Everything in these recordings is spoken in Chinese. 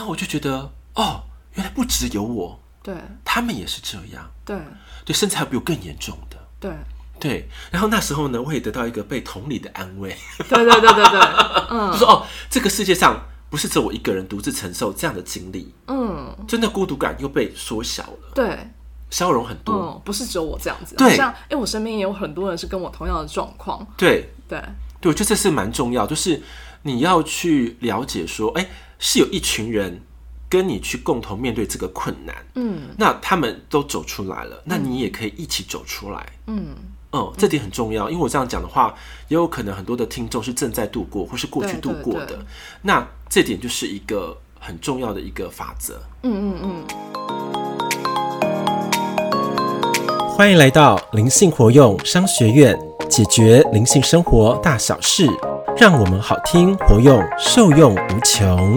后我就觉得原来不只有我， 对， 他们也是这样， 对， 甚至还有比我更严重的，对。然后那时候呢，我也得到一个被同理的安慰， 对， 就说这个世界上不是只有我一个人独自承受这样的经历，真的孤独感又被缩小了， 对， 消融很多， 不是只有我这样子， 对， 像我身边也有很多人是跟我同样的状况， 对，我觉得这是蛮重要，就是你要去了解说，是有一群人跟你去共同面对这个困难，那他们都走出来了，那你也可以一起走出来，这点很重要，因为我这样讲的话，也有可能很多的听众是正在度过或是过去度过的，那这点就是一个很重要的一个法则。欢迎来到灵性活用商学院，解决灵性生活大小事，让我们好听活用，受用无穷。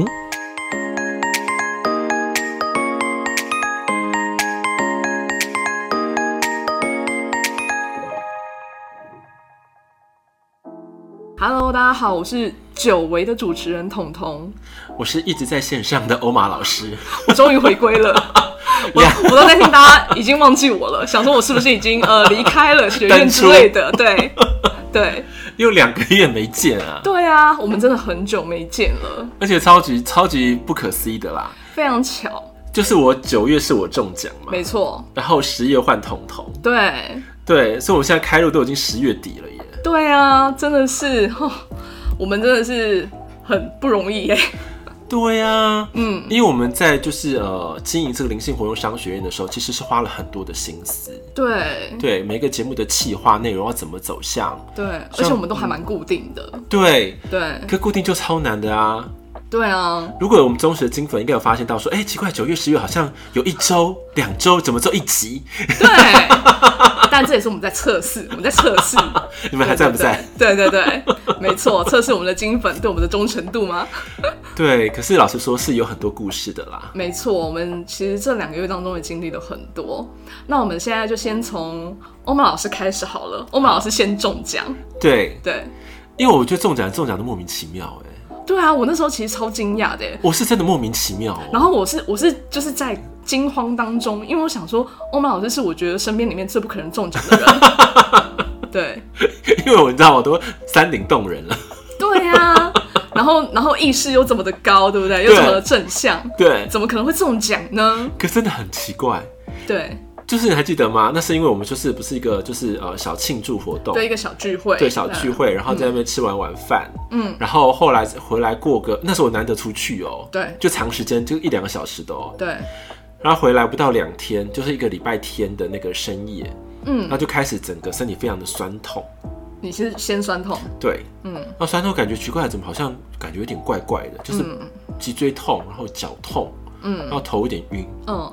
Hello， 大家好，我是久违的主持人彤彤， 我是一直在线上的欧玛老师， 我终于回归了。我都在听大家已经忘记我了，想说我是不是已经离开了学院之类的，对， 又2个月没见啊。 对啊，我们真的很久没见了， 而且超级不可思议的啦， 非常巧， 就是我9月是我中奖嘛， 没错， 然后10月换彤彤，对，所以我们现在开录都已经10月底了耶。 对啊，真的是，我们真的是很不容易耶。 对啊，因为我们在就是经营这个灵性活用商学院的时候，其实是花了很多的心思。对，每个节目的企划内容要怎么走向， 对，而且我们都还蛮固定的。 对，可固定就超难的啊。 对啊， 如果我们忠实的金粉应该有发现到说，奇怪，9月、10月好像有1周、2周，怎么只有1集？ 对，但这也是我们在测试，你们还在不在？ 对，没错，测试我们的金粉对我们的忠诚度吗？ 对，可是老实说，是有很多故事的啦。没错，我们其实这2个月当中也经历了很多。那我们现在就先从欧玛老师开始好了。欧玛老师先中奖，对， 因为我觉得中奖的莫名其妙对啊，我那时候其实超惊讶的， 我是真的莫名其妙然后我是就是在惊慌当中，因为我想说，欧玛老师是我觉得身边里面最不可能中奖的人，对， 因为我知道我都山顶洞人了， 对啊，然后意识又这么的高，对不对？又这么的正向， 对， 怎么可能会中奖呢？ 可真的很奇怪， 对。 就是你还记得吗？那是因为我们就是不是一个就是小庆祝活动， 对，一个小聚会， 对，小聚会，然后在那边吃完晚饭，然后后来回来过个，那时候我难得出去对，就长时间就1-2个小时的对，然后回来不到2天，就是一个礼拜天的那个深夜，然后就开始整个身体非常的酸痛。 你是先酸痛？ 对，然后酸痛感觉奇怪，怎么好像感觉有点怪怪的，就是脊椎痛，然后脚痛，然后头有点晕，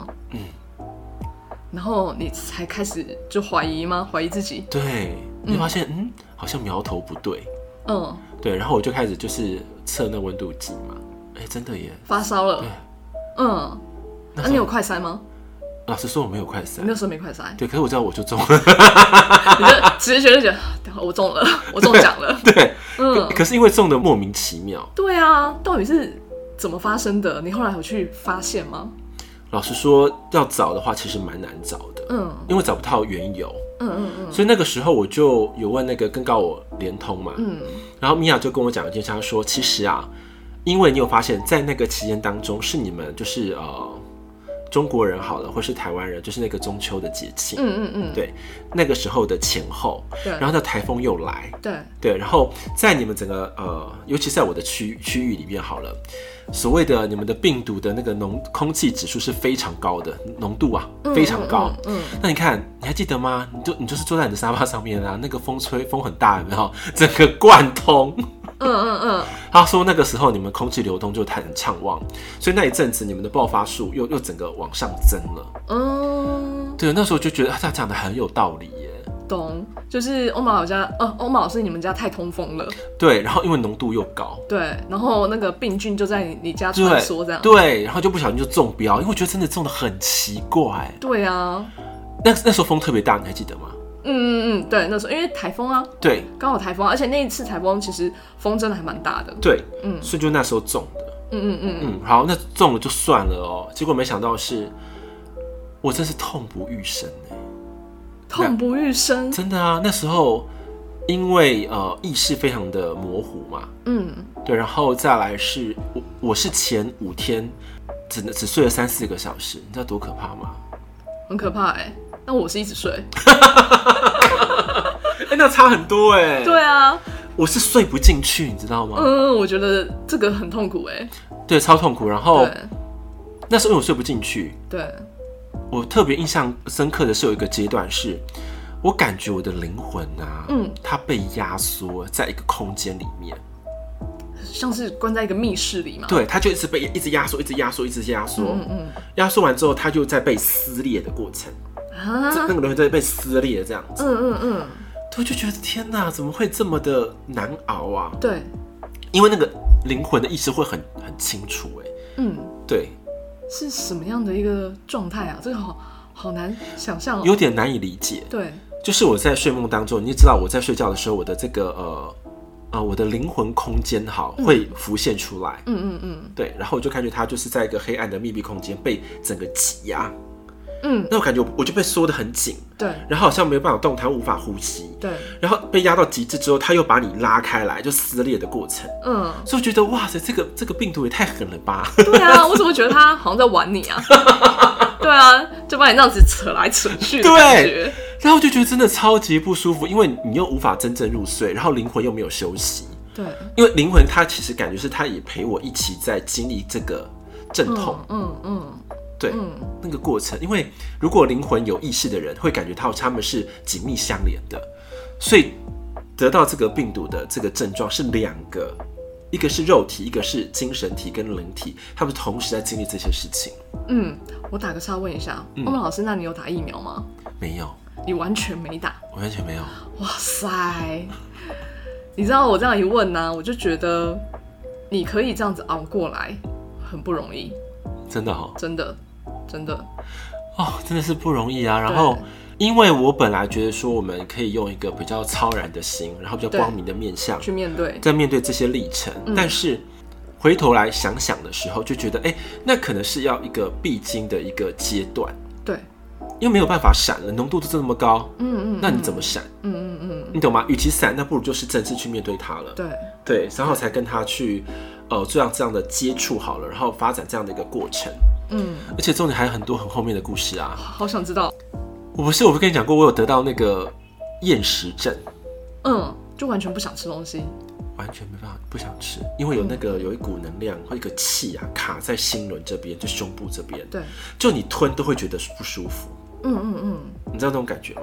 然后你才开始就怀疑吗？怀疑自己？ 对，你发现好像苗头不对，对，然后我就开始就是测那温度计嘛，真的耶， 发烧了，对，那你有快筛吗？ 老实说我没有快筛， 你那时候没快筛， 对，可是我知道我就中了， 你就直觉就觉得我中了，我中奖了， 对，可是因为中的莫名其妙， 对啊，到底是怎么发生的？你后来有去发现吗？ 老实说，要找的话其实蛮难找的，因为找不到缘由，所以那个时候我就有问那个跟我联通嘛，然后米娅就跟我讲一件事，她说其实啊，因为你有发现，在那个期间当中，是你们就是中国人好了，或是台湾人，就是那个中秋的节庆，对，那个时候的前后，然后那台风又来，对，然后在你们整个尤其在我的区域里面好了。所谓的你们的病毒的那个空气指数是非常高的浓度啊，非常高。那你看，你还记得吗？你就是坐在你的沙发上面啊，那个风吹风很大，有没有？整个贯通。他说那个时候你们空气流通就很畅旺，所以那一阵子你们的爆发数又整个往上增了。对，那时候就觉得他讲的很有道理耶。 懂，就是欧玛老师你们家太通风了， 对，然后因为浓度又高， 对，然后那个病菌就在你家穿梭这样， 对，然后就不小心就中标，因为我觉得真的中得很奇怪。 对啊， 那时候风特别大，你还记得吗？ 对，那时候因为台风啊， 对， 刚好台风，而且那一次台风其实风真的还蛮大的， 对，所以就那时候中的。 好，那中了就算了哦。结果没想到是，我真是痛不欲生痛不欲生， 真的啊！那时候因为意识非常的模糊嘛，对，然后再来是我是前5天只睡了3-4个小时，你知道多可怕吗？ 很可怕那我是一直睡， 那差很多对啊。 我是睡不进去，你知道吗？ 我觉得这个很痛苦对，超痛苦。然后那时候因为我睡不进去， 对， 我特别印象深刻的是有一个阶段是，我感觉我的灵魂啊，它被压缩在一个空间里面， 像是关在一个密室里嘛。 对，它就一直压缩，一直压缩，一直压缩。压缩完之后，它就在被撕裂的过程，那个灵魂在被撕裂这样子。我就觉得天哪，怎么会这么的难熬啊？ 对， 因为那个灵魂的意识会很清楚对， 是什么样的一个状态啊？这个好难想象有点难以理解。 对， 就是我在睡梦当中，你知道我在睡觉的时候，我的这个我的灵魂空间会浮现出来。对，然后我就感觉它就是在一个黑暗的密闭空间被整个挤压。那我感觉我就被缩得很紧， 对， 然后好像没有办法动弹，无法呼吸， 对， 然后被压到极致之后，他又把你拉开来，就撕裂的过程，所以我觉得哇塞，这个病毒也太狠了吧？ 对啊，我怎么觉得他好像在玩你啊？对啊，就把你这样子扯来扯去的感觉， 然后我就觉得真的超级不舒服，因为你又无法真正入睡，然后灵魂又没有休息， 对， 因为灵魂它其实感觉是它也陪我一起在经历这个阵痛，对，那个过程，因为如果灵魂有意识的人，会感觉到他们是紧密相连的，所以得到这个病毒的这个症状是2个，一个是肉体，一个是精神体跟灵体，他们同时在经历这些事情。 我打个岔问一下，欧曼老师，那你有打疫苗吗？ 没有， 你完全没打？ 我完全没有。 哇塞，你知道我这样一问呢，我就觉得你可以这样子熬过来，很不容易。 真的真的真的是不容易啊。然后因为我本来觉得说我们可以用一个比较超然的心，然后比较光明的面向去面对， 在面对这些历程，但是回头来想想的时候，就觉得那可能是要一个必经的一个阶段。 对， 因为没有办法闪了，浓度就这么高，那你怎么闪？你懂吗？与其闪，那不如就是正式去面对它了。对，然后才跟他去这样的接触好了，然后发展这样的一个过程。而且重点还有很多很后面的故事啊， 好想知道。 我不是跟你讲过，我有得到那个厌食症， 就完全不想吃东西， 完全没办法不想吃，因为有一股能量或一个气啊卡在心轮这边，就胸部这边， 对， 就你吞都会觉得不舒服。你知道那种感觉吗？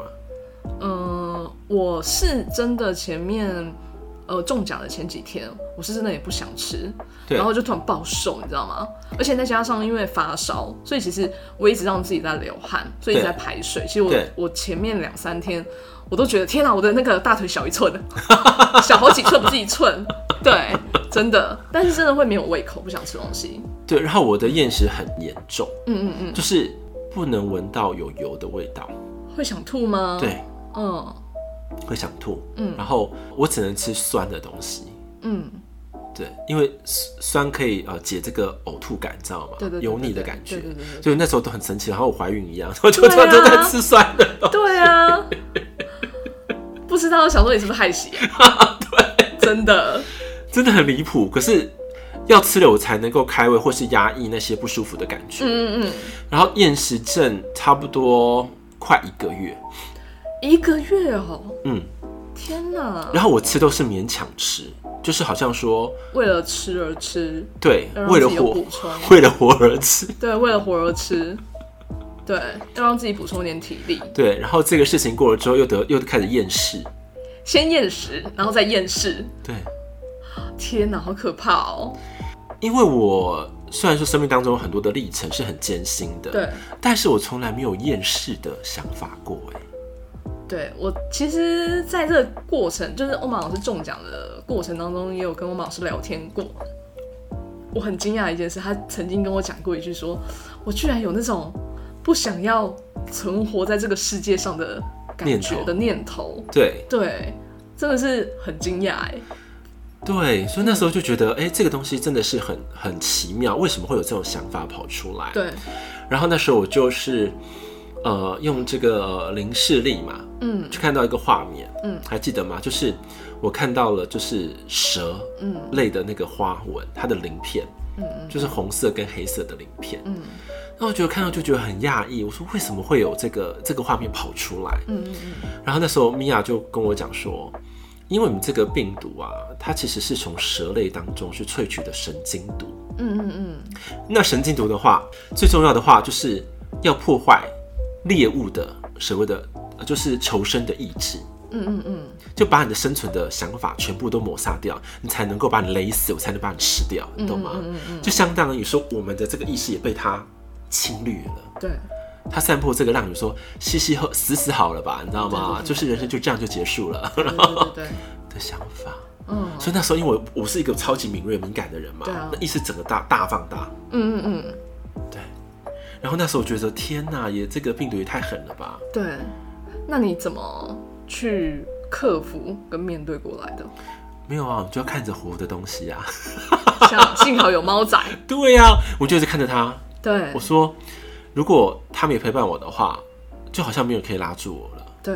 我是真的前面中奖的前几天，我是真的也不想吃，然后就突然暴瘦，你知道吗？而且再加上因为发烧，所以其实我一直让自己在流汗，所以一直在排水。其实我前面2-3天，我都觉得天哪，我的那个大腿小1寸，小好几寸不是1寸，对，真的。但是真的会没有胃口，不想吃东西。对， 然后我的厌食很严重，就是不能闻到有油的味道。 会想吐吗？ 对，会想吐，然后我只能吃酸的东西，对，因为酸可以解这个呕吐感，你知道吗？ 对， 油腻的感觉， 对， 所以那时候都很神奇，然后我怀孕一样，我就都在吃酸的东西。 对啊，不知道想说你是不是害喜啊？对，真的很离谱，可是要吃了我才能够开胃或是压抑那些不舒服的感觉。然后厌食症差不多快1个月。 1个月哦，天哪！ 然后我吃都是勉强吃，就是好像说为了吃而吃， 对，为了活而吃， 对，为了活而吃，对，要让自己补充点体力， 对。然后这个事情过了之后，又开始厌世， 先厌食，然后再厌世， 对。 天哪，好可怕哦！ 因为我虽然说生命当中有很多的历程是很艰辛的， 对， 但是我从来没有厌世的想法过， 对，我其实在这个过程，就是欧曼老师中奖的过程当中，也有跟欧曼老师聊天过。我很惊讶的一件事，他曾经跟我讲过一句说，我居然有那种不想要存活在这个世界上的感觉的念头。 对， 真的是很惊讶。 对，所以那时候就觉得，这个东西真的是很奇妙，为什么会有这种想法跑出来？ 对。 然后那时候我就是用这个灵视力嘛，去看到一个画面，还记得吗？就是我看到了就是蛇类的那个花纹，它的鳞片，就是红色跟黑色的鳞片，那我觉得看到就觉得很讶异，我说为什么会有这个画面跑出来？然后那时候米娅就跟我讲说，因为我们这个病毒啊，它其实是从蛇类当中去萃取的神经毒。那神经毒的话，最重要的话就是要破坏猎物的所谓的就是求生的意志。就把你的生存的想法全部都抹杀掉，你才能够把你勒死，我才能把你吃掉，你懂吗？就相当于说我们的这个意识也被它侵略了。 对。 他散播这个让你说嘻嘻喝死好了吧，你知道吗？对，就是人生就这样就结束了，对的想法。所以那时候因为我是一个超级敏锐敏感的人嘛，那意识整个大放大。对。然后那时候我觉得天哪，这个病毒也太狠了吧。 对。那你怎么去克服跟面对过来的？ 没有啊，我就要看着活的东西啊。 幸好有猫仔。对啊，我就一直看着它。 对。 我说，如果他们也陪伴我的话，就好像没有人可以拉住我了。对。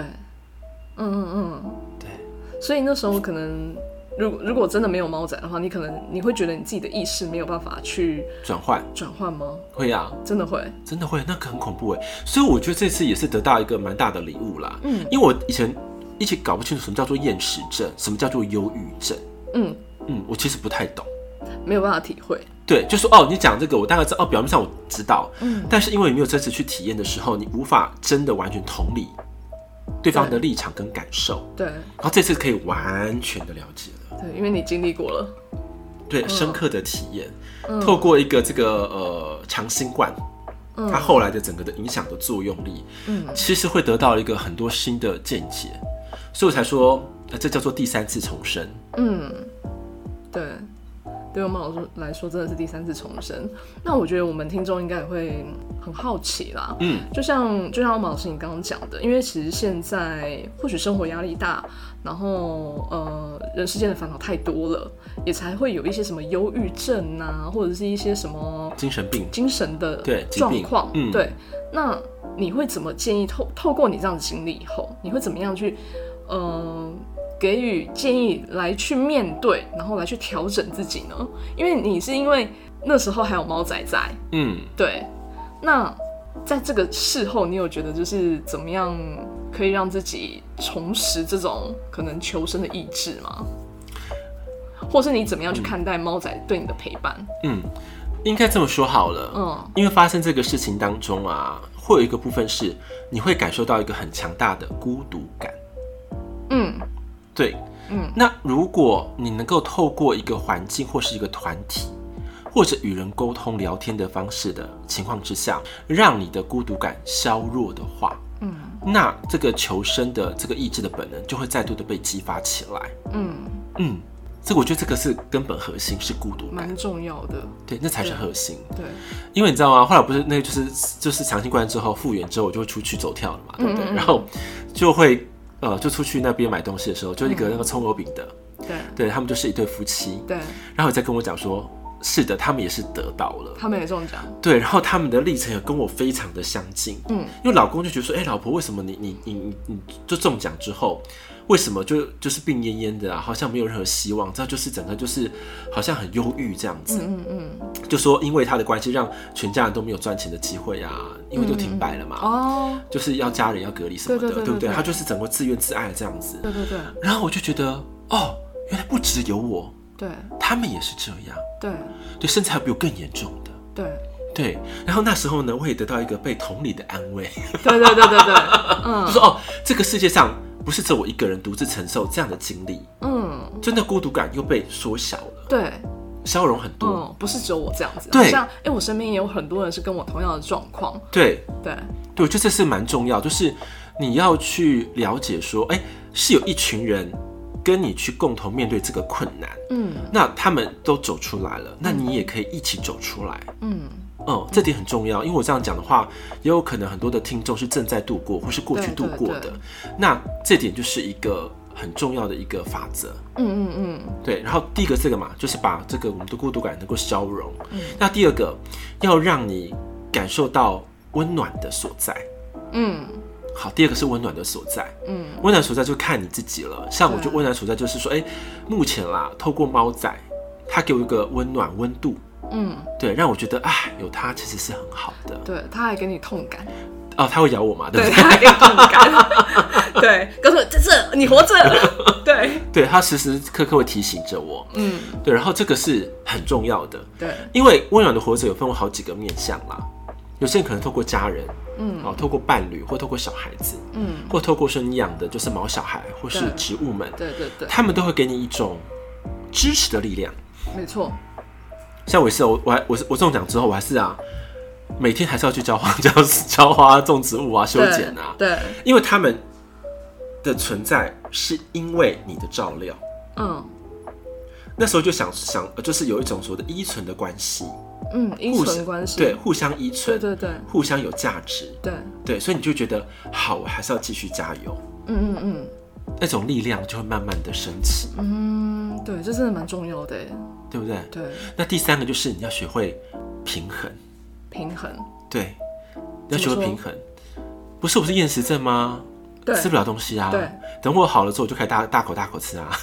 对。 所以那时候可能，如果真的没有猫仔的话，你会觉得你自己的意识没有办法去转换吗？ 会啊， 真的会， 那个很恐怖哎。所以我觉得这次也是得到一个蛮大的礼物啦。因为我以前一直搞不清楚什么叫做厌食症，什么叫做忧郁症。我其实不太懂， 没有办法体会。 对，就说你讲这个我大概知道，表面上我知道，但是因为你没有真实去体验的时候，你无法真的完全同理对方的立场跟感受。对，然后这次可以完全的了解了。 对，因为你经历过了。 对，深刻的体验，透过一个这个长新冠，它后来的整个的影响的作用力，其实会得到一个很多新的见解，所以我才说，这叫做第三次重生。 对。对我们来说真的是第三次重生。那我觉得我们听众应该也会很好奇啦。就像欧马老师你刚刚讲的，因为其实现在或许生活压力大，然后人世间的烦恼太多了，也才会有一些什么忧郁症啊，或者是一些什么精神病、 精神的状况。对，那你会怎么建议透过你这样的经历以后，你会怎么样去给予建议来去面对，然后来去调整自己呢？因为你是因为那时候还有猫仔在，对。那在这个事后，你有觉得就是怎么样可以让自己重拾这种可能求生的意志吗？或是你怎么样去看待猫仔对你的陪伴？ 应该这么说好了。因为发生这个事情当中啊，会有一个部分是你会感受到一个很强大的孤独感。对，那如果你能够透过一个环境或是一个团体，或者与人沟通聊天的方式的情况之下，让你的孤独感削弱的话，那这个求生的这个意志的本能就会再度的被激发起来。这个我觉得这个是根本核心，是孤独感， 蛮重要的。 对，那才是核心。 对， 因为你知道吗？后来不是那个就是长新冠之后复原之后，我就会出去走跳了嘛，对不对？然后就会就出去那边买东西的时候，就一个那个葱油饼的，对，他们就是一对夫妻，对，然后再跟我讲说，是的，他们也是得到了， 他们也中奖， 对，然后他们的历程也跟我非常的相近，因为老公就觉得说，老婆为什么你就中奖之后，为什么就是病恹恹的啊，好像没有任何希望，这就是整个就是好像很忧郁这样子，就说因为他的关系让全家人都没有赚钱的机会啊，因为都停摆了嘛，就是要家人要隔离什么的，对不对？他就是整个自怨自艾这样子，对。然后我就觉得，原来不只有我，对，他们也是这样，对，甚至还有比我更严重的，对。然后那时候呢，我也得到一个被同理的安慰，对，就说这个世界上不是只有我一个人独自承受这样的经历，真的孤独感又被缩小了，对，消融很多， 不是只有我这样子，对，像我身边也有很多人是跟我同样的状况，对，我觉得这是蛮重要，就是你要去了解说，是有一群人跟你去共同面对这个困难，那他们都走出来了，那你也可以一起走出来，这点很重要，因为我这样讲的话，也有可能很多的听众是正在度过或是过去度过的，那这点就是一个很重要的一个法则。对。然后第一个这个嘛，就是把这个我们的孤独感能够消融。那第二个，要让你感受到温暖的所在。好，第二个是温暖的所在。温暖所在就看你自己了。像我觉得温暖所在就是说，目前啦，透过猫仔，它给我一个温暖温度。对，让我觉得有它其实是很好的。 对，它还给你痛感。 哦，它会咬我嘛？对不对？ 它还给你痛感。对，告诉我这你活着。对， 对，它时时刻刻会提醒着我。对，然后这个是很重要的。 对， 因为温暖的活着有分为好几个面向啦。有些人可能透过家人，透过伴侣，或透过小孩子，或透过说你养的就是毛小孩，或是植物们， 对， 他们都会给你一种支持的力量。 没错。 像我也是，我中奖之后，我还是每天还是要去浇花、种植物啊、修剪啊。 对， 因为他们的存在是因为你的照料。那时候就想，就是有一种所谓的依存的关系。 依存关系。 对，互相依存。 对， 互相有价值。对，所以你就觉得好，我还是要继续加油。那种力量就会慢慢的升起。 对，这真的蛮重要的， 对不对？ 对。 那第三个就是你要学会平衡。对，你要学会平衡。不是我是厌食症吗？ 对， 吃不了东西啊。 对， 等我好了之后，我就开始大口吃啊。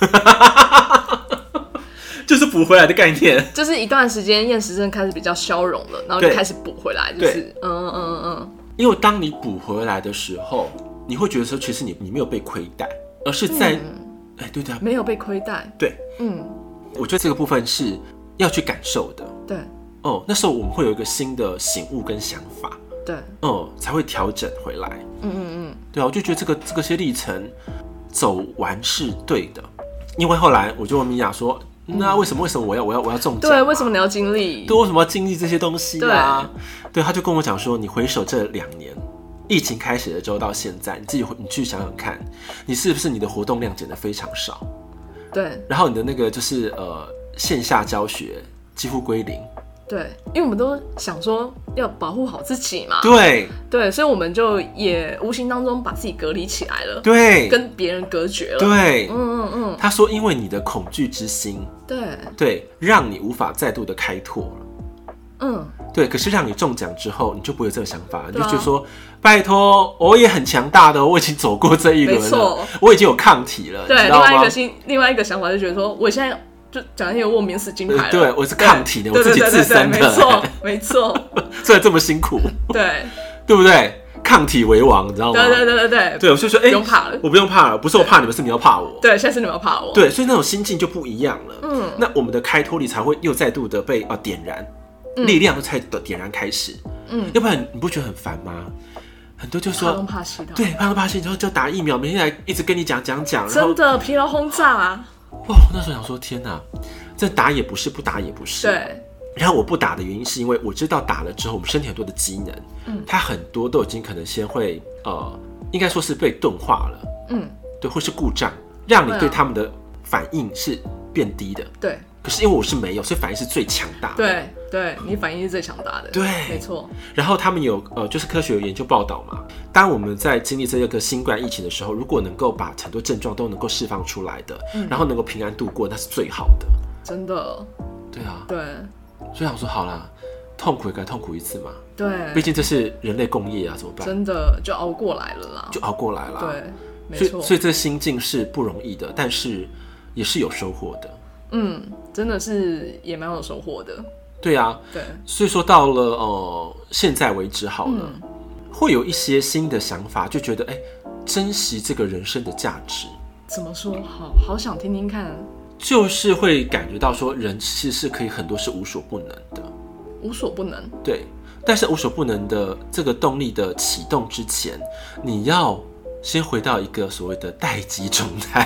就是补回来的概念。 就是一段时间厌食症开始比较消融了，然后就开始补回来，就是因为当你补回来的时候，你会觉得说，其实你没有被亏待，而是在对的， 没有被亏待。 对，我觉得这个部分是要去感受的。 对， 那时候我们会有一个新的醒悟跟想法。 对， 才会调整回来。对啊，我就觉得这个些历程走完是对的，因为后来我就问米娅说，那为什么我要中奖？ 对，为什么你要经历？ 对，为什么要经历这些东西啊？对，他就跟我讲说，你回首这2年，疫情开始的之后到现在，你去想想看，你是不是你的活动量减得非常少？ 对， 然后你的那个就是线下教学几乎归零。 对，因为我们都想说要保护好自己嘛。 对， 所以我们就也无形当中把自己隔离起来了。 对， 跟别人隔绝了。 对，他说，因为你的恐惧之心，对，让你无法再度的开拓了。对，可是让你中奖之后，你就不会有这个想法，你就觉得说，拜托，我也很强大的，我已经走过这一轮了，没错，我已经有抗体了。 对，另外一个想法就觉得说，我现在就讲我免死金牌了。 对，我是抗体的，我自己自身的。 没错。 虽然这么辛苦。 对， 对不对？抗体为王，你知道吗？ 对， 我就说， 不用怕了， 我不用怕了，不是我怕你们，是你要怕我。 对，现在是你们要怕我。 对，所以那种心境就不一样了。那我们的开拓力才会又再度的被点燃，力量才点燃开始。要不然你不觉得很烦吗？很多就说怕东怕西的， 对，怕东怕西，然后就打疫苗，每天来一直跟你讲， 真的疲劳轰炸啊！ 那时候想说，天哪，这打也不是，不打也不是。 对。 然后我不打的原因是因为我知道打了之后，我们身体很多的机能，它很多都已经可能先会应该说是被钝化了，对，或是故障，让你对他们的反应是变低的。 对。 可是因为我是没有，所以反应是最强大的。 对，你反应是最强大的。 对， 没错。 然后他们有就是科学有研究报道嘛，当我们在经历这个新冠疫情的时候，如果能够把很多症状都能够释放出来的，然后能够平安度过，那是最好的。 真的。 对啊。 对。 所以想说，好啦，痛苦也该痛苦一次嘛。 对。 毕竟这是人类共业啊，怎么办？ 真的就熬过来了啦。 对， 没错。 所以这心境是不容易的，但是也是有收获的。 真的是也蛮有收获的。 对啊。对。所以说到了现在为止好了，会有一些新的想法，就觉得珍惜这个人生的价值。 怎么说？好想听听看。 就是会感觉到说，人其实是可以很多是无所不能的。 无所不能。对， 但是无所不能的这个动力的启动之前，你要先回到一个所谓的待机状态。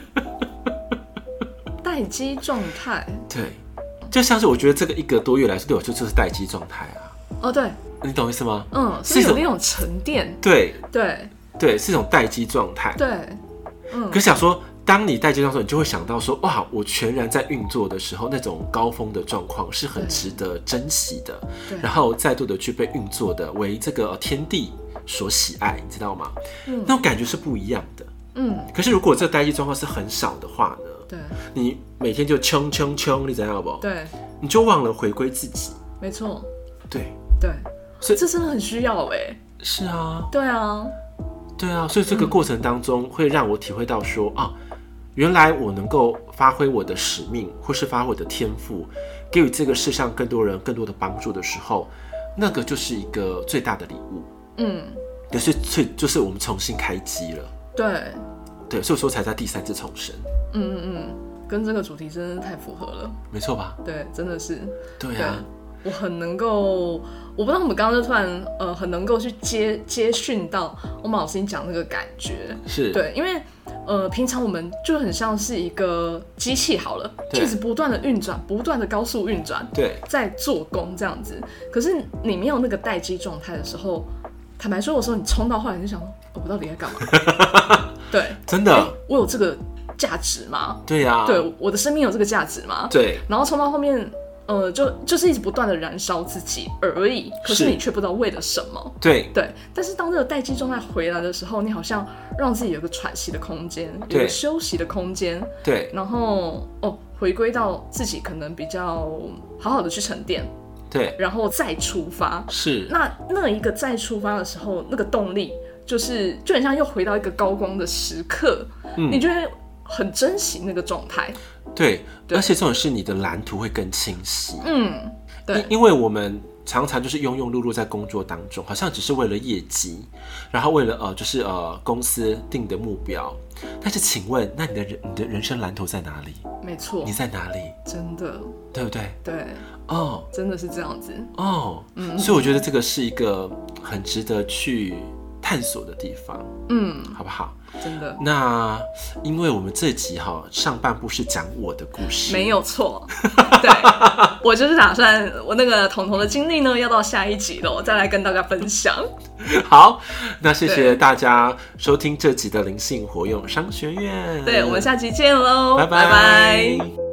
待机状态。 对，就像是我觉得这个1个多月来说，对我就是待机状态啊。 对， 你懂意思吗？ 是有那种沉淀。 对，是一种待机状态。 对， 可是想说，当你待机状态，你就会想到说，哇，我全然在运作的时候，那种高峰的状况是很值得珍惜的，然后再度的去被运作的，为这个天地所喜爱，你知道吗？那种感觉是不一样的。 可是如果这个待机状况是很少的话呢？ 对， 你每天就冲，你知道不？ 对， 你就忘了回归自己。 没错。 对， 所以这真的很需要是啊。 对啊。 对啊，所以这个过程当中会让我体会到说原来我能够发挥我的使命，或是发挥我的天赋，给予这个世上更多人更多的帮助的时候，那个就是一个最大的礼物。所以就是我们重新开机了。对，所以说才在第3次重生。 跟这个主题真的太符合了。 没错吧？ 对，真的是。 对啊。 我很能够，我不知道我们刚刚就突然很能够去接讯到欧玛老师你讲那个感觉。 是。 对，因为平常我们就很像是一个机器好了，一直不断的运转，不断的高速运转， 对， 在做工这样子。可是你没有那个待机状态的时候，坦白说，有时候你冲到后来你就想说，我到底在干嘛？对， 真的， 我有这个价值吗？ 对呀。 对，我的生命有这个价值吗？ 对。 然后冲到后面。就是一直不断的燃烧自己而已，可是你却不知道为了什么。 对。 但是当这个待机状态回来的时候，你好像让自己有个喘息的空间，有个休息的空间。 对。 然后回归到自己可能比较好好的去沉淀。 对。 然后再出发。 是。 那一个再出发的时候，那个动力就很像又回到一个高光的时刻，你就会很珍惜那个状态。 对，而且这种是你的蓝图会更清晰。 对， 因为我们常常就是庸庸碌碌在工作当中，好像只是为了业绩，然后为了公司定的目标。但是请问，那你的人生蓝图在哪里？ 没错， 你在哪里？ 真的， 对不对？ 对，真的是这样子。 所以我觉得这个是一个很值得去探索的地方。好不好？ 真的。 那因为我们这集上半部是讲我的故事， 没有错。对，我就是打算我那个彤彤的经历呢，要到下一集了，再来跟大家分享。 好，那谢谢大家收听这集的灵性活用商学院。 对，我们下集见喽， 拜拜。